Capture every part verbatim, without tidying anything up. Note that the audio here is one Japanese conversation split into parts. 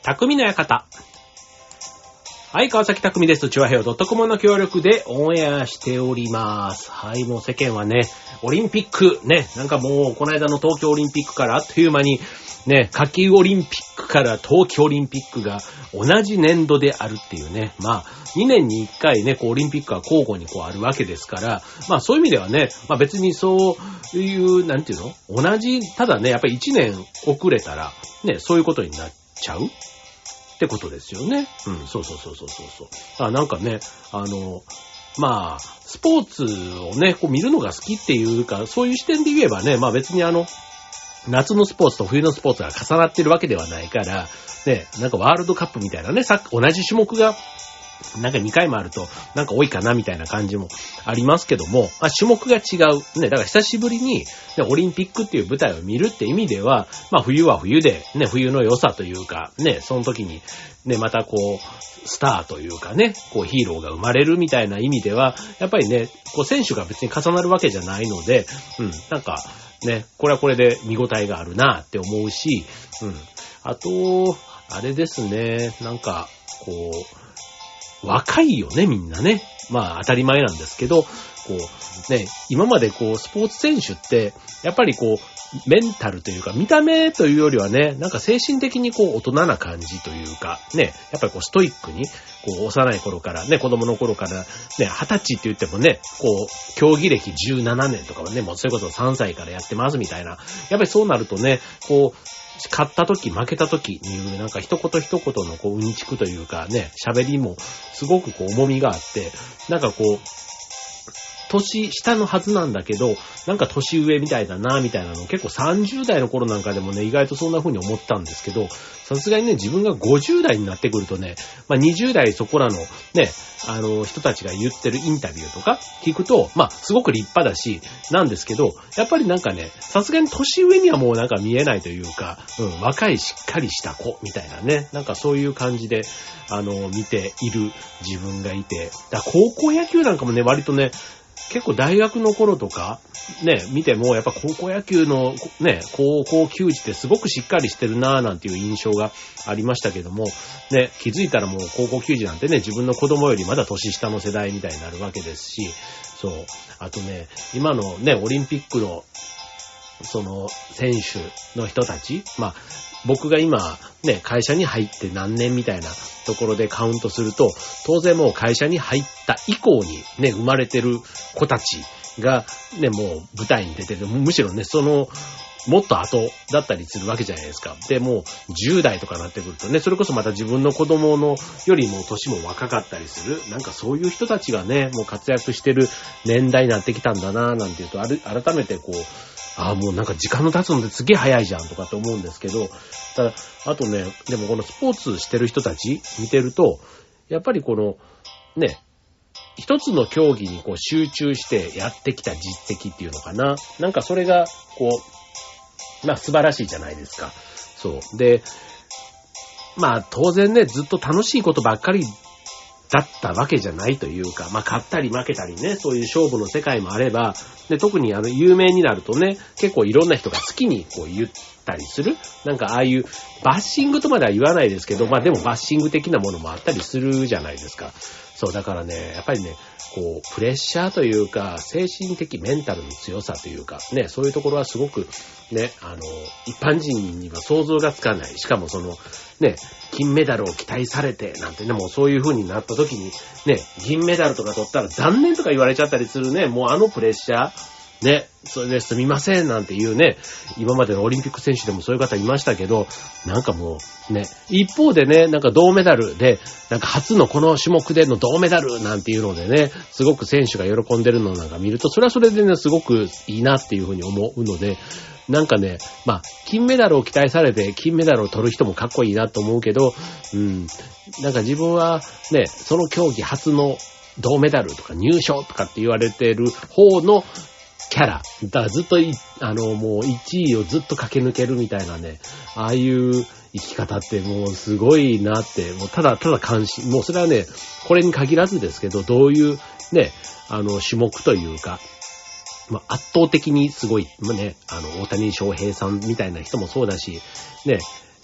匠の館。はい、川崎匠です。チュアヘオ .com の協力でオンエアしております。はい、もう世間はね、オリンピック、ね、なんかもう、この間の東京オリンピックからあっという間に、ね、夏季オリンピックから冬季オリンピックが同じ年度であるっていうね、まあ、にねんにいっかいね、こう、オリンピックは交互にこうあるわけですから、まあ、そういう意味ではね、まあ別にそういう、なんていうの？同じ、ただね、やっぱりいちねん遅れたら、ね、そういうことになっちゃうってことですよね。うん、そうそうそうそうそうそう。あ、なんかね、あの、まあ、スポーツをね、こう見るのが好きっていうか、そういう視点で言えばね、まあ別にあの、夏のスポーツと冬のスポーツが重なってるわけではないから、ね、なんかワールドカップみたいなね、さ同じ種目が、なんかにかいもあると、なんか多いかなみたいな感じもありますけども、まあ、種目が違う。ね、だから久しぶりに、ね、オリンピックっていう舞台を見るって意味では、まあ冬は冬で、ね、冬の良さというか、ね、その時に、ね、またこう、スターというかね、こうヒーローが生まれるみたいな意味では、やっぱりね、こう選手が別に重なるわけじゃないので、うん、なんか、ね、これはこれで見応えがあるなって思うし、うん。あと、あれですね、なんか、こう、若いよね、みんなね。まあ当たり前なんですけど、こう、ね、今までこう、スポーツ選手って、やっぱりこう、メンタルというか、見た目というよりはね、なんか精神的にこう、大人な感じというか、ね、やっぱりこう、ストイックに、こう、幼い頃から、ね、子供の頃から、ね、二十歳って言ってもね、こう、競技歴じゅうななねんとかはね、もうそれこそさんさいからやってますみたいな。やっぱりそうなるとね、こう、勝った時、負けた時にいう、なんか一言一言のこう、うんちくというかね、喋りもすごくこう、重みがあって、なんかこう、年下のはずなんだけど、なんか年上みたいだな、みたいなの結構さんじゅう代の頃なんかでもね、意外とそんな風に思ったんですけど、さすがにね、自分がごじゅう代になってくるとね、まあにじゅう代そこらのね、あの人たちが言ってるインタビューとか聞くと、まあすごく立派だし、なんですけど、やっぱりなんかね、さすがに年上にはもうなんか見えないというか、うん、若いしっかりした子みたいなね、なんかそういう感じで、あの、見ている自分がいて、だ高校野球なんかもね、割とね、結構大学の頃とか、ね、見ても、やっぱ高校野球のね、高校球児ってすごくしっかりしてるなぁなんていう印象がありましたけども、ね、気づいたらもう高校球児なんてね、自分の子供よりまだ年下の世代みたいになるわけですし、そう。あとね、今のね、オリンピックの、その、選手の人たち、まあ、僕が今、ね、会社に入って何年みたいなところでカウントすると、当然もう会社に入った以降にね、生まれてる子たちが、ね、もう舞台に出てる、むしろね、その、もっと後だったりするわけじゃないですか。で、もうじゅう代とかなってくるとね、それこそまた自分の子供のよりも年も若かったりする、なんかそういう人たちがね、もう活躍してる年代になってきたんだなぁなんていうと、ある改めてこう、ああ、もうなんか時間の経つのですげえ早いじゃんとかって思うんですけど、ただ、あとね、でもこのスポーツしてる人たち見てると、やっぱりこの、ね、一つの競技にこう集中してやってきた実績っていうのかな。なんかそれが、こう、まあ素晴らしいじゃないですか。そう。で、まあ当然ね、ずっと楽しいことばっかりだったわけじゃないというか、まあ勝ったり負けたりね、そういう勝負の世界もあれば、で特にあの有名になるとね、結構いろんな人が好きにこう言ったりする、なんかああいうバッシングとまでは言わないですけど、まあでもバッシング的なものもあったりするじゃないですか。そうだからね、やっぱりね、こうプレッシャーというか精神的メンタルの強さというかね、そういうところはすごくね、あの一般人には想像がつかない。しかもそのね、金メダルを期待されてなんてね、もうそういう風になった時にね、銀メダルとか取ったら残念とか言われちゃったりするね、もうあのプレッシャーね、それですみませんなんていうね、今までのオリンピック選手でもそういう方いましたけど、なんかもうね、一方でね、なんか銅メダルで、なんか初のこの種目での銅メダルなんていうのでね、すごく選手が喜んでるのなんか見ると、それはそれでね、すごくいいなっていうふうに思うので、なんかね、まあ、金メダルを期待されて、金メダルを取る人もかっこいいなと思うけど、うん、なんか自分はね、その競技初の銅メダルとか入賞とかって言われてる方のキャラ。だからずっとい、あの、もういちいをずっと駆け抜けるみたいなね、ああいう生き方ってもうすごいなって、もうただただ関心、もうそれはね、これに限らずですけど、どういうね、あの、種目というか、まあ、圧倒的にすごい、まあね、あの、大谷翔平さんみたいな人もそうだし、ね、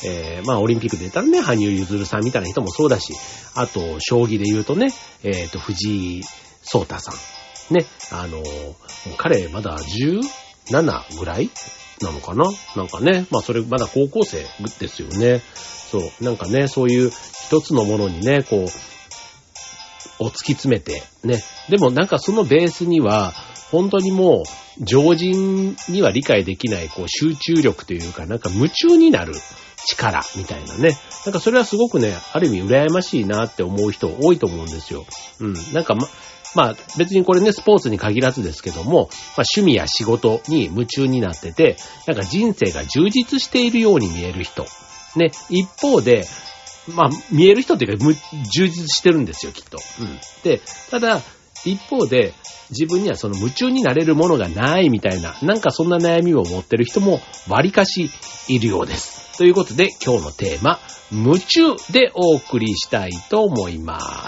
えー、まあオリンピックで言ったらね、羽生結弦さんみたいな人もそうだし、あと、将棋で言うとね、えっと、藤井聡太さん。ね、あの、彼まだじゅうななぐらいなのかななんかね、まあそれまだ高校生ですよね。そう、なんかね、そういう一つのものにね、こう、を突き詰めて、ね。でもなんかそのベースには、本当にもう、常人には理解できない、こう、集中力というか、なんか夢中になる力みたいなね。なんかそれはすごくね、ある意味羨ましいなって思う人多いと思うんですよ。うん。なんかま、まあ別にこれね、スポーツに限らずですけども、まあ趣味や仕事に夢中になってて、なんか人生が充実しているように見える人。ね。一方で、まあ見える人っていうか、充実してるんですよ、きっと。うん。で、ただ、一方で、自分にはその夢中になれるものがないみたいな、なんかそんな悩みを持ってる人も割かしいるようです。ということで今日のテーマ、夢中でお送りしたいと思います。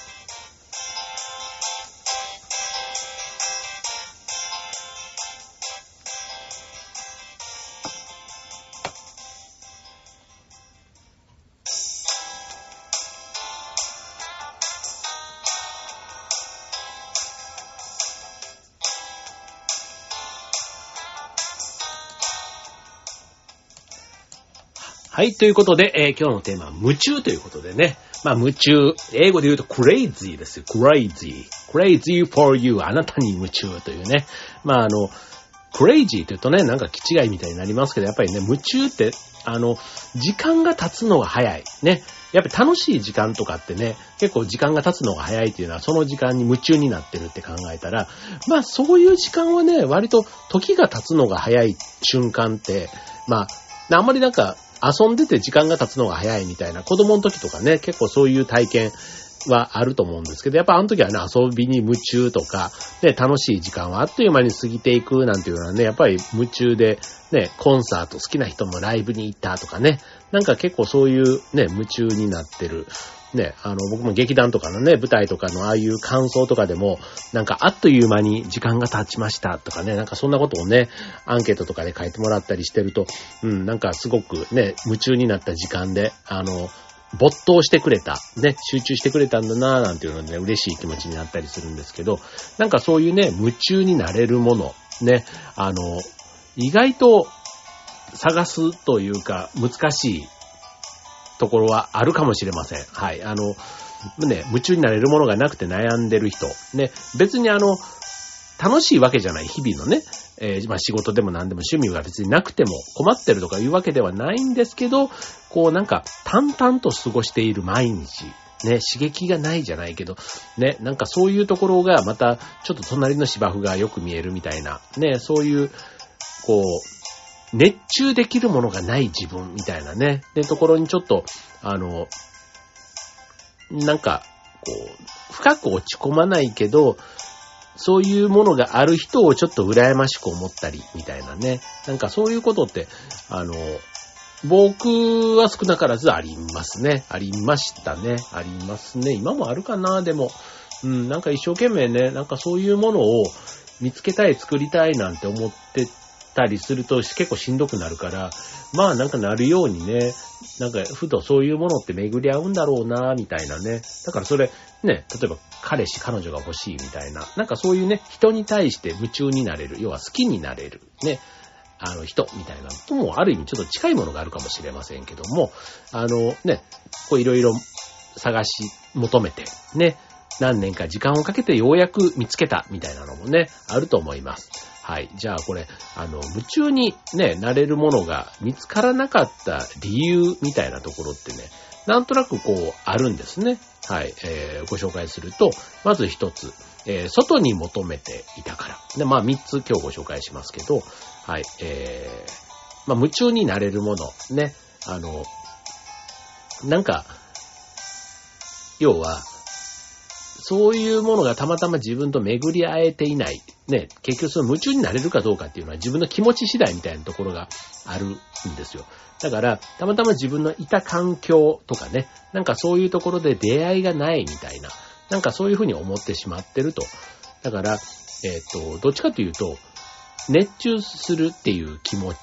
はい、ということで、えー、今日のテーマは夢中ということでね。まあ夢中、英語で言うと crazy ですよ。crazy. crazy for you. あなたに夢中というね。まああの、crazy というとね、なんか気違いみたいになりますけど、やっぱりね、夢中って、あの、時間が経つのが早い。ね。やっぱり楽しい時間とかってね、結構時間が経つのが早いっていうのは、その時間に夢中になってるって考えたら、まあそういう時間はね、割と時が経つのが早い瞬間って、まあ、あんまりなんか、遊んでて時間が経つのが早いみたいな子供の時とかね、結構そういう体験はあると思うんですけど、やっぱあの時はね、遊びに夢中とか、ね、楽しい時間はあっという間に過ぎていくなんていうのはね、やっぱり夢中で、ね、コンサート好きな人もライブに行ったとかね、なんか結構そういうね、夢中になってる。ね、あの、僕も劇団とかのね、舞台とかのああいう感想とかでも、なんかあっという間に時間が経ちましたとかね、なんかそんなことをね、アンケートとかで書いてもらったりしてると、うん、なんかすごくね、夢中になった時間で、あの、没頭してくれた、ね、集中してくれたんだなぁなんていうのでね、嬉しい気持ちになったりするんですけど、なんかそういうね、夢中になれるもの、ね、あの、意外と探すというか難しいところはあるかもしれません。はい。あの、ね、夢中になれるものがなくて悩んでる人。ね、別にあの、楽しいわけじゃない日々のね、えー、まあ仕事でも何でも趣味が別になくても困ってるとかいうわけではないんですけど、こうなんか淡々と過ごしている毎日。ね、刺激がないじゃないけど、ね、なんかそういうところがまたちょっと隣の芝生がよく見えるみたいな、ね、そういう、こう、熱中できるものがない自分みたいなね。で、ところにちょっと、あの、なんか、こう、深く落ち込まないけど、そういうものがある人をちょっと羨ましく思ったり、みたいなね。なんかそういうことって、あの、僕は少なからずありますね。ありましたね。ありますね。今もあるかな、でも。うん、なんか一生懸命ね、なんかそういうものを見つけたい、作りたいなんて思ってたりすると結構しんどくなるから、まあなんかなるようにね、なんかふとそういうものって巡り合うんだろうな、みたいなね。だからそれ、ね、例えば彼氏、彼女が欲しいみたいな、なんかそういうね、人に対して夢中になれる、要は好きになれる、ね、あの人みたいなのともある意味ちょっと近いものがあるかもしれませんけども、あのね、こういろいろ探し求めて、ね、何年か時間をかけてようやく見つけたみたいなのもね、あると思います。はい。じゃあこれ、あの、夢中にね、なれるものが見つからなかった理由みたいなところってね、なんとなくこう、あるんですね。はい。えー、ご紹介すると、まず一つ、えー、外に求めていたから。で、まあ三つ今日ご紹介しますけど、はい。えー、まあ夢中になれるもの、ね。あの、なんか、要は、そういうものがたまたま自分と巡り合えていない。ね、結局その夢中になれるかどうかっていうのは自分の気持ち次第みたいなところがあるんですよ。だから、たまたま自分のいた環境とかね、なんかそういうところで出会いがないみたいな、なんかそういうふうに思ってしまってると。だから、えっと、どっちかというと、熱中するっていう気持ち、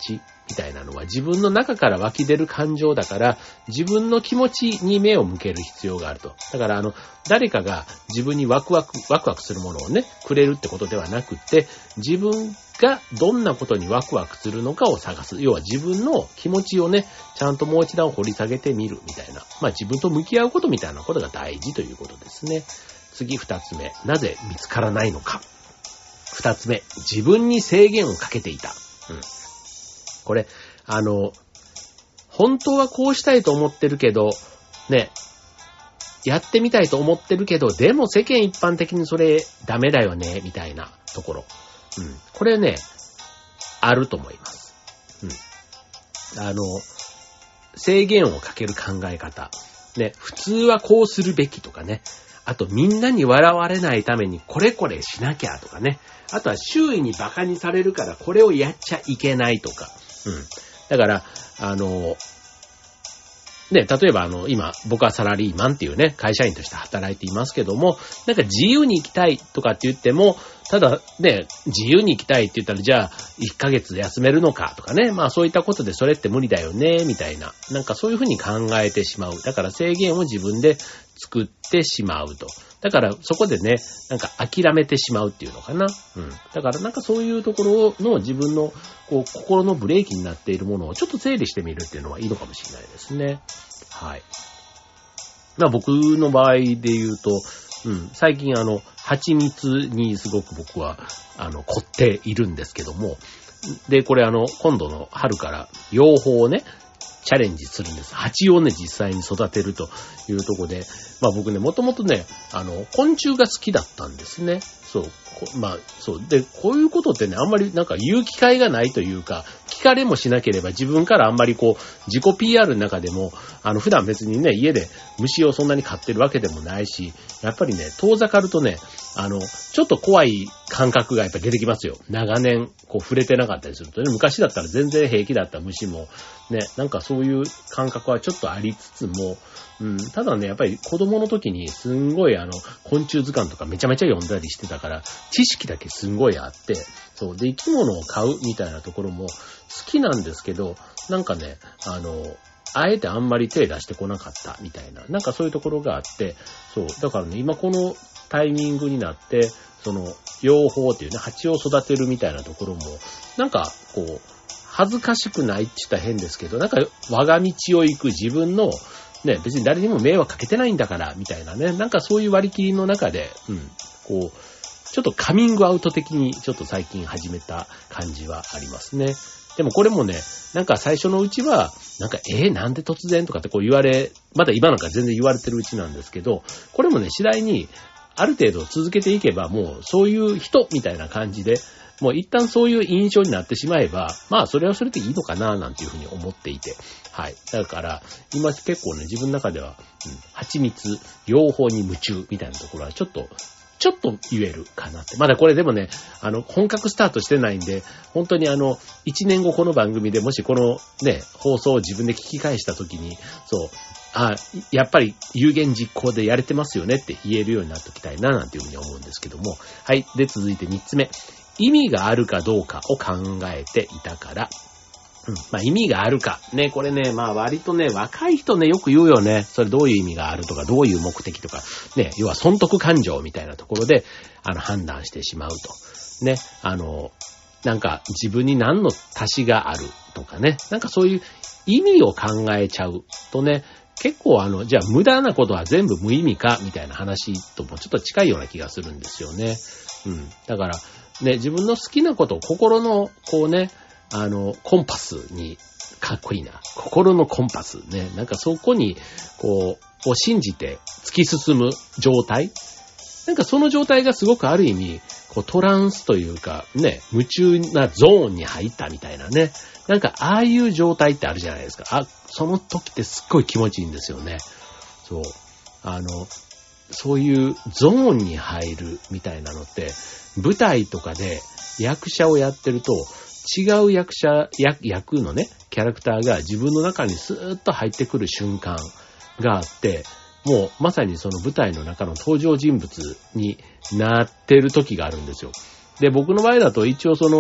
みたいなのは自分の中から湧き出る感情だから、自分の気持ちに目を向ける必要があると。だからあの、誰かが自分にワクワク、ワクワクするものをね、くれるってことではなくて、自分がどんなことにワクワクするのかを探す。要は自分の気持ちをね、ちゃんともう一段掘り下げてみるみたいな。まあ自分と向き合うことみたいなことが大事ということですね。次二つ目。なぜ見つからないのか。二つ目。自分に制限をかけていた。うん。これ、あの、本当はこうしたいと思ってるけど、ね、やってみたいと思ってるけど、でも世間一般的にそれダメだよね、みたいなところ。うん。これね、あると思います。うん。あの、制限をかける考え方。ね、普通はこうするべきとかね。あとみんなに笑われないためにこれこれしなきゃとかね。あとは周囲に馬鹿にされるからこれをやっちゃいけないとか。うん。だから、あの、ね、例えばあの、今、僕はサラリーマンっていうね、会社員として働いていますけども、なんか自由に生きたいとかって言っても、ただね、自由に生きたいって言ったら、じゃあ、いっかげつ休めるのかとかね、まあそういったことでそれって無理だよね、みたいな。なんかそういうふうに考えてしまう。だから制限を自分で作ってしまうと。だからそこでね、なんか諦めてしまうっていうのかな。うん。だからなんかそういうところの自分のこう心のブレーキになっているものをちょっと整理してみるっていうのはいいのかもしれないですね。はい。まあ僕の場合で言うと、うん、最近あの、蜂蜜にすごく僕は、あの、凝っているんですけども、で、これあの、今度の春から養蜂をね、チャレンジするんです。蜂をね、実際に育てるというところで、まあ僕ね、もともとね、あの、昆虫が好きだったんですね。そう。まあ、そう。で、こういうことってね、あんまりなんか言う機会がないというか、聞かれもしなければ自分からあんまりこう、自己 ピーアール の中でも、あの、普段別にね、家で虫をそんなに飼ってるわけでもないし、やっぱりね、遠ざかるとね、あの、ちょっと怖い感覚がやっぱり出てきますよ。長年、こう、触れてなかったりするとね、昔だったら全然平気だった虫も、ね、なんかそういう感覚はちょっとありつつも、うん、ただね、やっぱり子供の時にすんごいあの、昆虫図鑑とかめちゃめちゃ読んだりしてたから、知識だけすんごいあって、そう、で、生き物を飼うみたいなところも好きなんですけど、なんかね、あの、あえてあんまり手出してこなかったみたいな、なんかそういうところがあって、そう、だからね、今このタイミングになって、その、養蜂っていうね、蜂を育てるみたいなところも、なんか、こう、恥ずかしくないって言ったら変ですけど、なんか我が道を行く自分の、ね、別に誰にも迷惑かけてないんだから、みたいなね、なんかそういう割り切りの中で、うん、こう、ちょっとカミングアウト的にちょっと最近始めた感じはありますね。でもこれもね、なんか最初のうちは、なんか、えー、なんで突然とかってこう言われ、まだ今なんか全然言われてるうちなんですけど、これもね、次第に、ある程度続けていけば、もうそういう人みたいな感じで、もう一旦そういう印象になってしまえば、まあそれはそれでいいのかななんていうふうに思っていて。はい。だから、今結構ね、自分の中では、うん、蜂蜜、養蜂に夢中みたいなところはちょっと、ちょっと言えるかなって。まだこれでもね、あの、本格スタートしてないんで、本当にあの、一年後この番組でもしこのね、放送を自分で聞き返したときに、そう、あ、やっぱり有言実行でやれてますよねって言えるようになっておきたいななんていうふうに思うんですけども。はい。で、続いて三つ目。意味があるかどうかを考えていたから。うん。まあ意味があるか。ね、これね、まあ割とね、若い人ね、よく言うよね。それどういう意味があるとか、どういう目的とか。ね、要は損得感情みたいなところで、あの、判断してしまうと。ね、あの、なんか自分に何の足しがあるとかね。なんかそういう意味を考えちゃうとね、結構あの、じゃあ無駄なことは全部無意味かみたいな話ともちょっと近いような気がするんですよね。うん。だから、ね、自分の好きなことを心の、こうね、あの、コンパスに、かっこいいな。心のコンパスね。なんかそこに、こう、を信じて突き進む状態。なんかその状態がすごくある意味、こうトランスというか、ね、夢中なゾーンに入ったみたいなね。なんかああいう状態ってあるじゃないですか。あ、その時ってすっごい気持ちいいんですよね。そう。あの、そういうゾーンに入るみたいなのって、舞台とかで役者をやってると、違う役者、役、役のね、キャラクターが自分の中にスーッと入ってくる瞬間があって、もうまさにその舞台の中の登場人物になってる時があるんですよ。で、僕の場合だと一応その、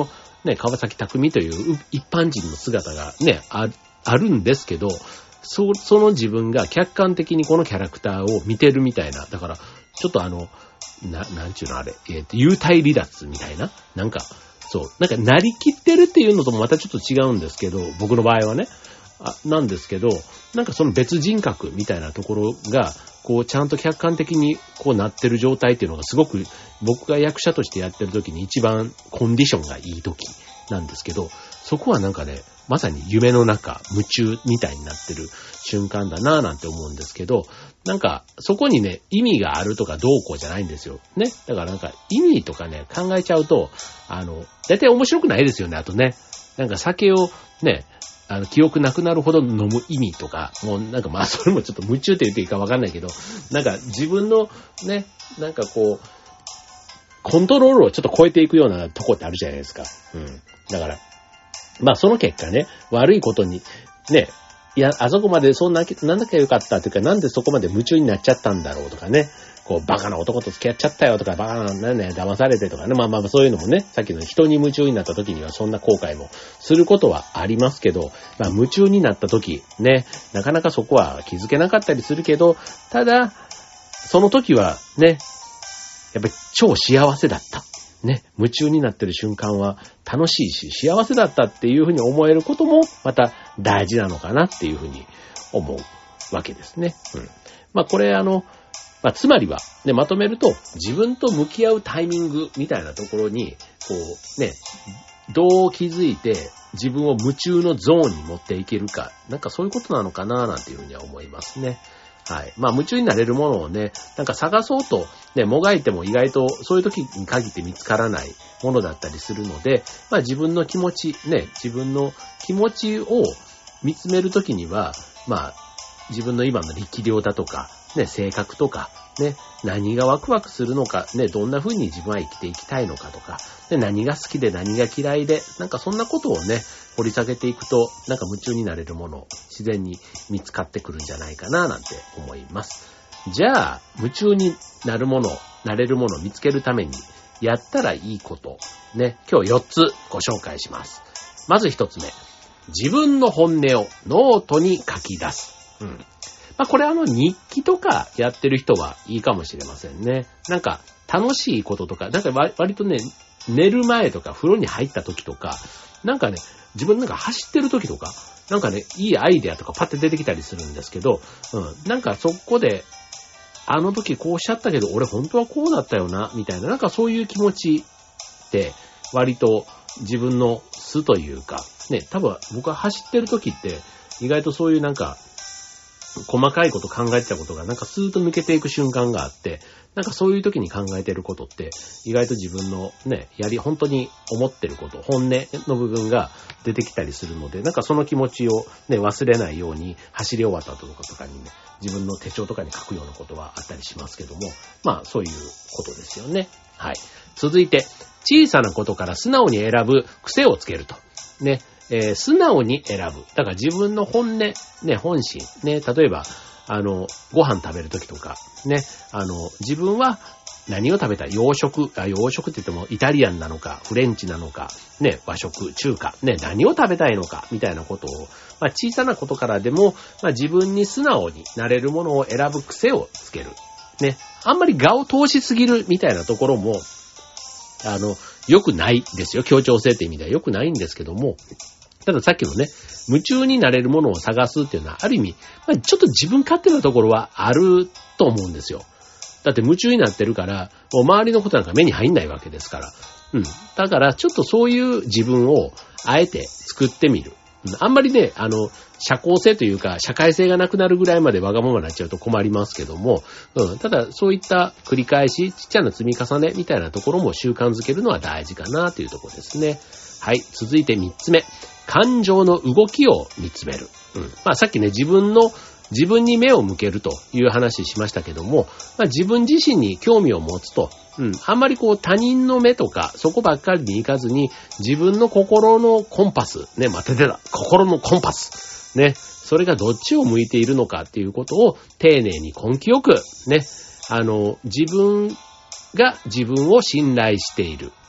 ね、川崎匠という一般人の姿がね、あ、あるんですけど、そ、その自分が客観的にこのキャラクターを見てるみたいな、だから、ちょっとあの、な、なんちゅうのあれ、えっと、幽体離脱みたいな、なんか、そう、なんかなりきってるっていうのともまたちょっと違うんですけど、僕の場合はね、あ、なんですけど、なんかその別人格みたいなところが、こうちゃんと客観的にこうなってる状態っていうのがすごく僕が役者としてやってる時に一番コンディションがいい時なんですけど、そこはなんかね、まさに夢の中、夢中みたいになってる瞬間だなぁなんて思うんですけど、なんかそこにね、意味があるとかどうこうじゃないんですよ。ね。だからなんか意味とかね、考えちゃうと、あの、だいたい面白くないですよね、あとね。なんか酒をね、あの、記憶なくなるほど飲む意味とか、もうなんかまあそれもちょっと夢中って言っていいかわかんないけど、なんか自分のね、なんかこう、コントロールをちょっと超えていくようなとこってあるじゃないですか。うん。だから、まあその結果ね、悪いことに、ね、いや、あそこまでそんな、なんだかよかったっていうか、なんでそこまで夢中になっちゃったんだろうとかね、こう、バカな男と付き合っちゃったよとか、バカな、なんね、騙されてとかね、まあまあそういうのもね、さっきの人に夢中になった時にはそんな後悔もすることはありますけど、まあ夢中になった時、ね、なかなかそこは気づけなかったりするけど、ただ、その時はね、やっぱり超幸せだった。ね、夢中になってる瞬間は楽しいし幸せだったっていうふうに思えることもまた大事なのかなっていうふうに思うわけですね。うん。まあこれあの、まあつまりはね、まとめると自分と向き合うタイミングみたいなところにこうね、どう気づいて自分を夢中のゾーンに持っていけるか、なんかそういうことなのかななんていうふうには思いますね。はい。まあ、夢中になれるものをね、なんか探そうと、ね、もがいても意外とそういう時に限って見つからないものだったりするので、まあ自分の気持ち、ね、自分の気持ちを見つめる時には、まあ、自分の今の力量だとか、ね、性格とか、ね、何がワクワクするのか、ね、どんな風に自分は生きていきたいのかとか、ね、何が好きで何が嫌いで、なんかそんなことをね、掘り下げていくと、なんか夢中になれるもの、自然に見つかってくるんじゃないかな、なんて思います。じゃあ、夢中になるもの、なれるものを見つけるために、やったらいいこと、ね、今日よっつご紹介します。まずひとつめ、自分の本音をノートに書き出す。うん。まあこれあの日記とかやってる人はいいかもしれませんね。なんか楽しいこととか、なんか割とね、寝る前とか風呂に入った時とか、なんかね、自分なんか走ってる時とか、なんかね、いいアイデアとかパッて出てきたりするんですけど、うん。なんかそこで、あの時こうしちゃったけど、俺本当はこうだったよな、みたいな、なんかそういう気持ちって割と自分の素というか、ね、多分僕は走ってる時って意外とそういうなんか、細かいこと考えてたことがなんかスーッと抜けていく瞬間があって、なんかそういう時に考えてることって意外と自分のね、やり、本当に思ってること、本音の部分が出てきたりするので、なんかその気持ちをね、忘れないように走り終わった後とかにね、自分の手帳とかに書くようなことはあったりしますけども、まあそういうことですよね。はい。続いて、小さなことから素直に選ぶ癖をつけると。ね。えー、素直に選ぶ。だから自分の本音、ね、本心、ね、例えば、あの、ご飯食べるときとか、ね、あの、自分は何を食べたい？洋食、あ、洋食って言ってもイタリアンなのか、フレンチなのか、ね、和食、中華、ね、何を食べたいのか、みたいなことを、まあ、小さなことからでも、まあ、自分に素直になれるものを選ぶ癖をつける。ね、あんまり我を通しすぎるみたいなところも、あの、良くないですよ。協調性って意味では良くないんですけども、たださっきのね、夢中になれるものを探すっていうのはある意味、まあ、ちょっと自分勝手なところはあると思うんですよ。だって夢中になってるから、もう周りのことなんか目に入んないわけですから。うん。だからちょっとそういう自分をあえて作ってみる。うん、あんまりね、あの、社交性というか社会性がなくなるぐらいまでわがままになっちゃうと困りますけども、うん。ただそういった繰り返し、ちっちゃな積み重ねみたいなところも習慣づけるのは大事かなというところですね。はい。続いてみっつめ。感情の動きを見つめる。うん。まあさっきね、自分の、自分に目を向けるという話しましたけども、まあ自分自身に興味を持つと、うん。あんまりこう他人の目とか、そこばっかりに行かずに、自分の心のコンパス、ね、また出た、心のコンパス。ね。それがどっちを向いているのかっていうことを丁寧に根気よく、ね。あの、自分が自分を信頼している。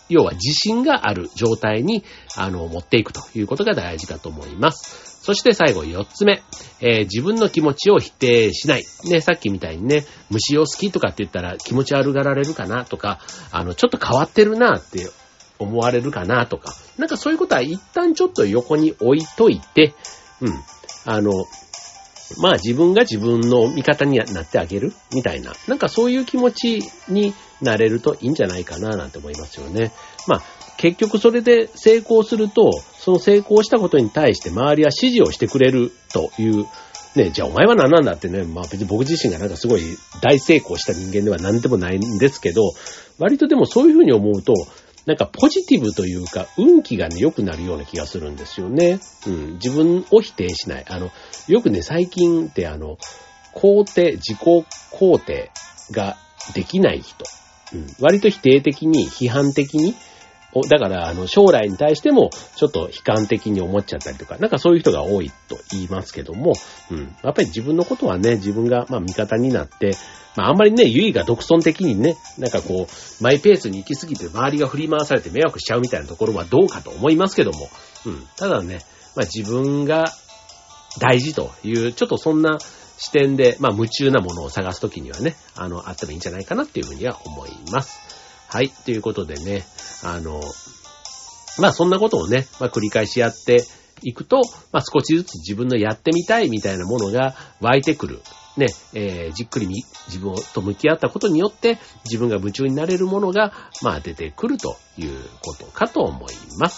要は自信がある状態に、あの、持っていくということが大事かと思います。そして最後よっつめ、えー、自分の気持ちを否定しない。ね、さっきみたいにね、虫を好きとかって言ったら気持ち悪がられるかなとか、あの、ちょっと変わってるなって思われるかなとか、なんかそういうことは一旦ちょっと横に置いといて、うん、あの、まあ自分が自分の味方になってあげるみたいな、なんかそういう気持ちになれるといいんじゃないかななんて思いますよね。まあ結局それで成功すると、その成功したことに対して周りは支持をしてくれるという、ね、じゃあお前は何なんだってね、まあ別に僕自身がなんかすごい大成功した人間では何でもないんですけど、割とでもそういうふうに思うと、なんかポジティブというか運気がね良くなるような気がするんですよね。うん、自分を否定しない。あのよくね最近ってあの肯定自己肯定ができない人、うん、割と否定的に批判的に、だからあの将来に対してもちょっと悲観的に思っちゃったりとか、なんかそういう人が多いと言いますけども、うん、やっぱり自分のことはね自分がまあ味方になって。まああんまりね、ゆいが独尊的にね、なんかこう、マイペースに行き過ぎて周りが振り回されて迷惑しちゃうみたいなところはどうかと思いますけども、うん。ただね、まあ自分が大事という、ちょっとそんな視点で、まあ夢中なものを探すときにはね、あの、あってもいいんじゃないかなっていうふうには思います。はい。ということでね、あの、まあそんなことをね、まあ繰り返しやっていくと、まあ少しずつ自分のやってみたいみたいなものが湧いてくる。ね、えー、じっくり自分と向き合ったことによって自分が夢中になれるものが、まあ出てくるということかと思います。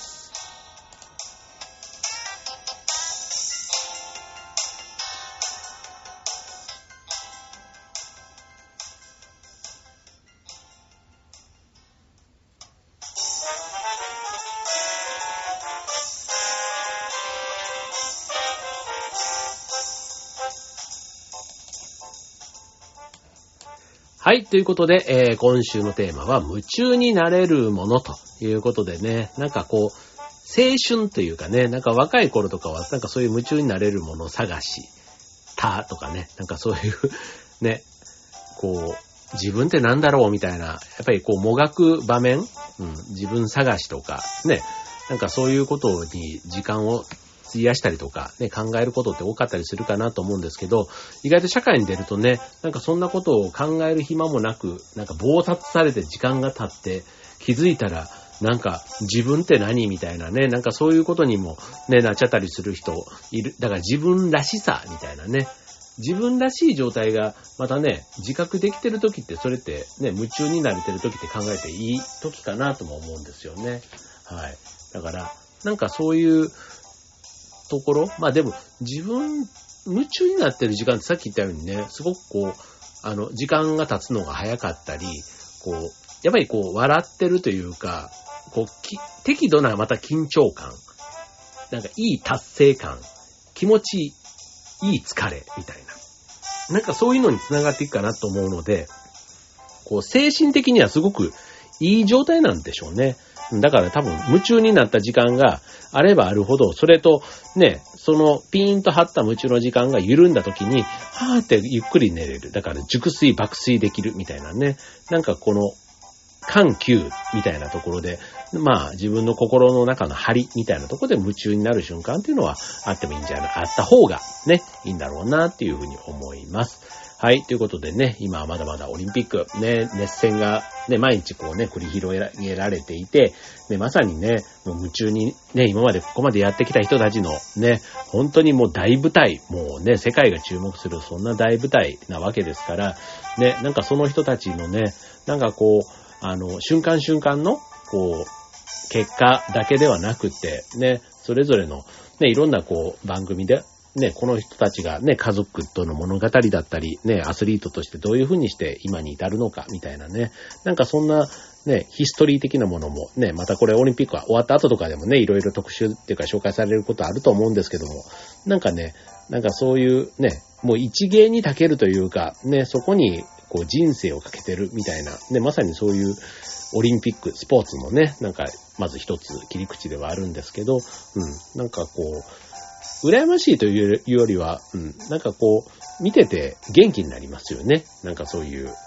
はい。ということで、えー、今週のテーマは夢中になれるものということでね、なんかこう、青春というかね、なんか若い頃とかは、なんかそういう夢中になれるもの探したとかね、なんかそういうね、こう、自分ってなんだろうみたいな、やっぱりこう、もがく場面、うん、自分探しとか、ね、なんかそういうことに時間を費やしたりとか、ね、考えることって多かったりするかなと思うんですけど、意外と社会に出るとね、なんかそんなことを考える暇もなく、なんか忙殺されて時間が経って気づいたら、なんか自分って何みたいなね、なんかそういうことにもね、なっちゃったりする人いる。だから自分らしさみたいなね、自分らしい状態がまたね、自覚できてる時ってそれってね、夢中になれてる時って考えていい時かなとも思うんですよね。はい。だから、なんかそういうところ、まあでも自分夢中になってる時間ってさっき言ったようにね、すごくこうあの時間が経つのが早かったり、こうやっぱりこう笑ってるというか、こう適度なまた緊張感、なんかいい達成感、気持ちいい疲れみたいな、なんかそういうのにつながっていくかなと思うので、こう精神的にはすごくいい状態なんでしょうね。だから多分夢中になった時間があればあるほど、それとね、そのピーンと張った夢中の時間が緩んだ時に、はーってゆっくり寝れる。だから熟睡爆睡できるみたいなね。なんかこの緩急みたいなところで、まあ自分の心の中の張りみたいなところで夢中になる瞬間っていうのはあってもいいんじゃない、あった方がね、いいんだろうなっていうふうに思います。はい。ということでね、今はまだまだオリンピック、ね、熱戦がね、毎日こうね、繰り広げられていて、ね、まさにね、もう夢中にね、今までここまでやってきた人たちのね、本当にもう大舞台、もうね、世界が注目するそんな大舞台なわけですから、ね、なんかその人たちのね、なんかこう、あの、瞬間瞬間の、こう、結果だけではなくて、ね、それぞれの、ね、いろんなこう、番組で、ね、この人たちがね、家族との物語だったり、ね、アスリートとしてどういう風にして今に至るのかみたいなね、なんかそんなね、ヒストリー的なものもね、またこれオリンピックが終わった後とかでもね、いろいろ特集っていうか紹介されることあると思うんですけども、なんかね、なんかそういうね、もう一芸に長けるというか、ね、そこにこう人生をかけてるみたいな、ね、まさにそういうオリンピック、スポーツのね、なんかまず一つ切り口ではあるんですけど、うん、なんかこう、羨ましいというよりは、うん、なんかこう、見てて元気になりますよね。なんかそういう、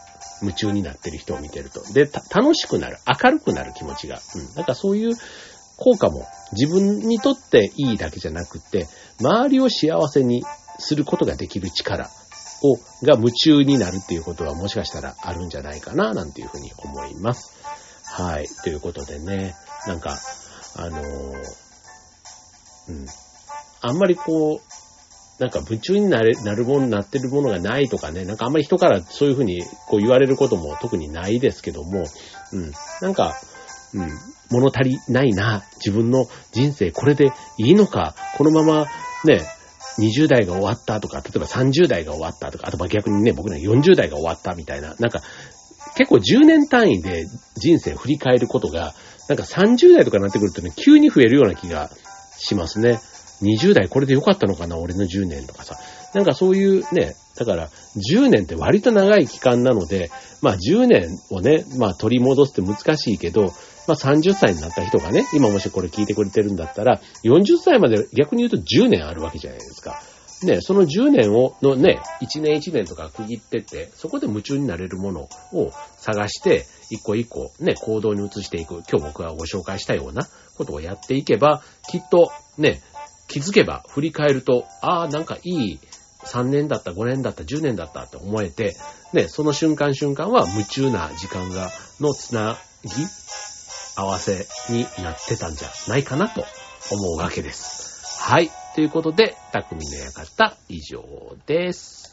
夢中になってる人を見てると。で、楽しくなる。明るくなる気持ちが。うん。だからそういう効果も自分にとっていいだけじゃなくて、周りを幸せにすることができる力を、が夢中になるっていうことはもしかしたらあるんじゃないかな、なんていうふうに思います。はい。ということでね、なんか、あのー、うん。あんまりこう、なんか夢中になれ、なるもの、なってるものがないとかね、なんかあんまり人からそういうふうにこう言われることも特にないですけども、うん。なんか、うん。物足りないな。自分の人生これでいいのか。このままね、にじゅう代が終わったとか、例えばさんじゅう代が終わったとか、あとまあ逆にね、僕ねよんじゅう代が終わったみたいな、なんか結構じゅうねん単位で人生振り返ることが、なんかさんじゅう代とかになってくるとね、急に増えるような気がしますね。にじゅう代これで良かったのかな、俺のじゅうねんとかさ。なんかそういうね、だからじゅうねんって割と長い期間なので、まあじゅうねんをね、まあ取り戻すって難しいけど、まあさんじゅっさいになった人がね、今もしこれ聞いてくれてるんだったら、よんじゅっさいまで逆に言うとじゅうねんあるわけじゃないですか。ね、そのじゅうねんを、のね、いちねんいちねんとか区切ってって、そこで夢中になれるものを探して、一個一個ね、行動に移していく。今日僕がご紹介したようなことをやっていけば、きっとね、気づけば振り返ると、ああ、なんかいいさんねんだった、ごねんだった、じゅうねんだったって思えて、ね、その瞬間瞬間は夢中な時間が、のつなぎ、合わせになってたんじゃないかなと思うわけです。はい。ということで、匠の館以上です。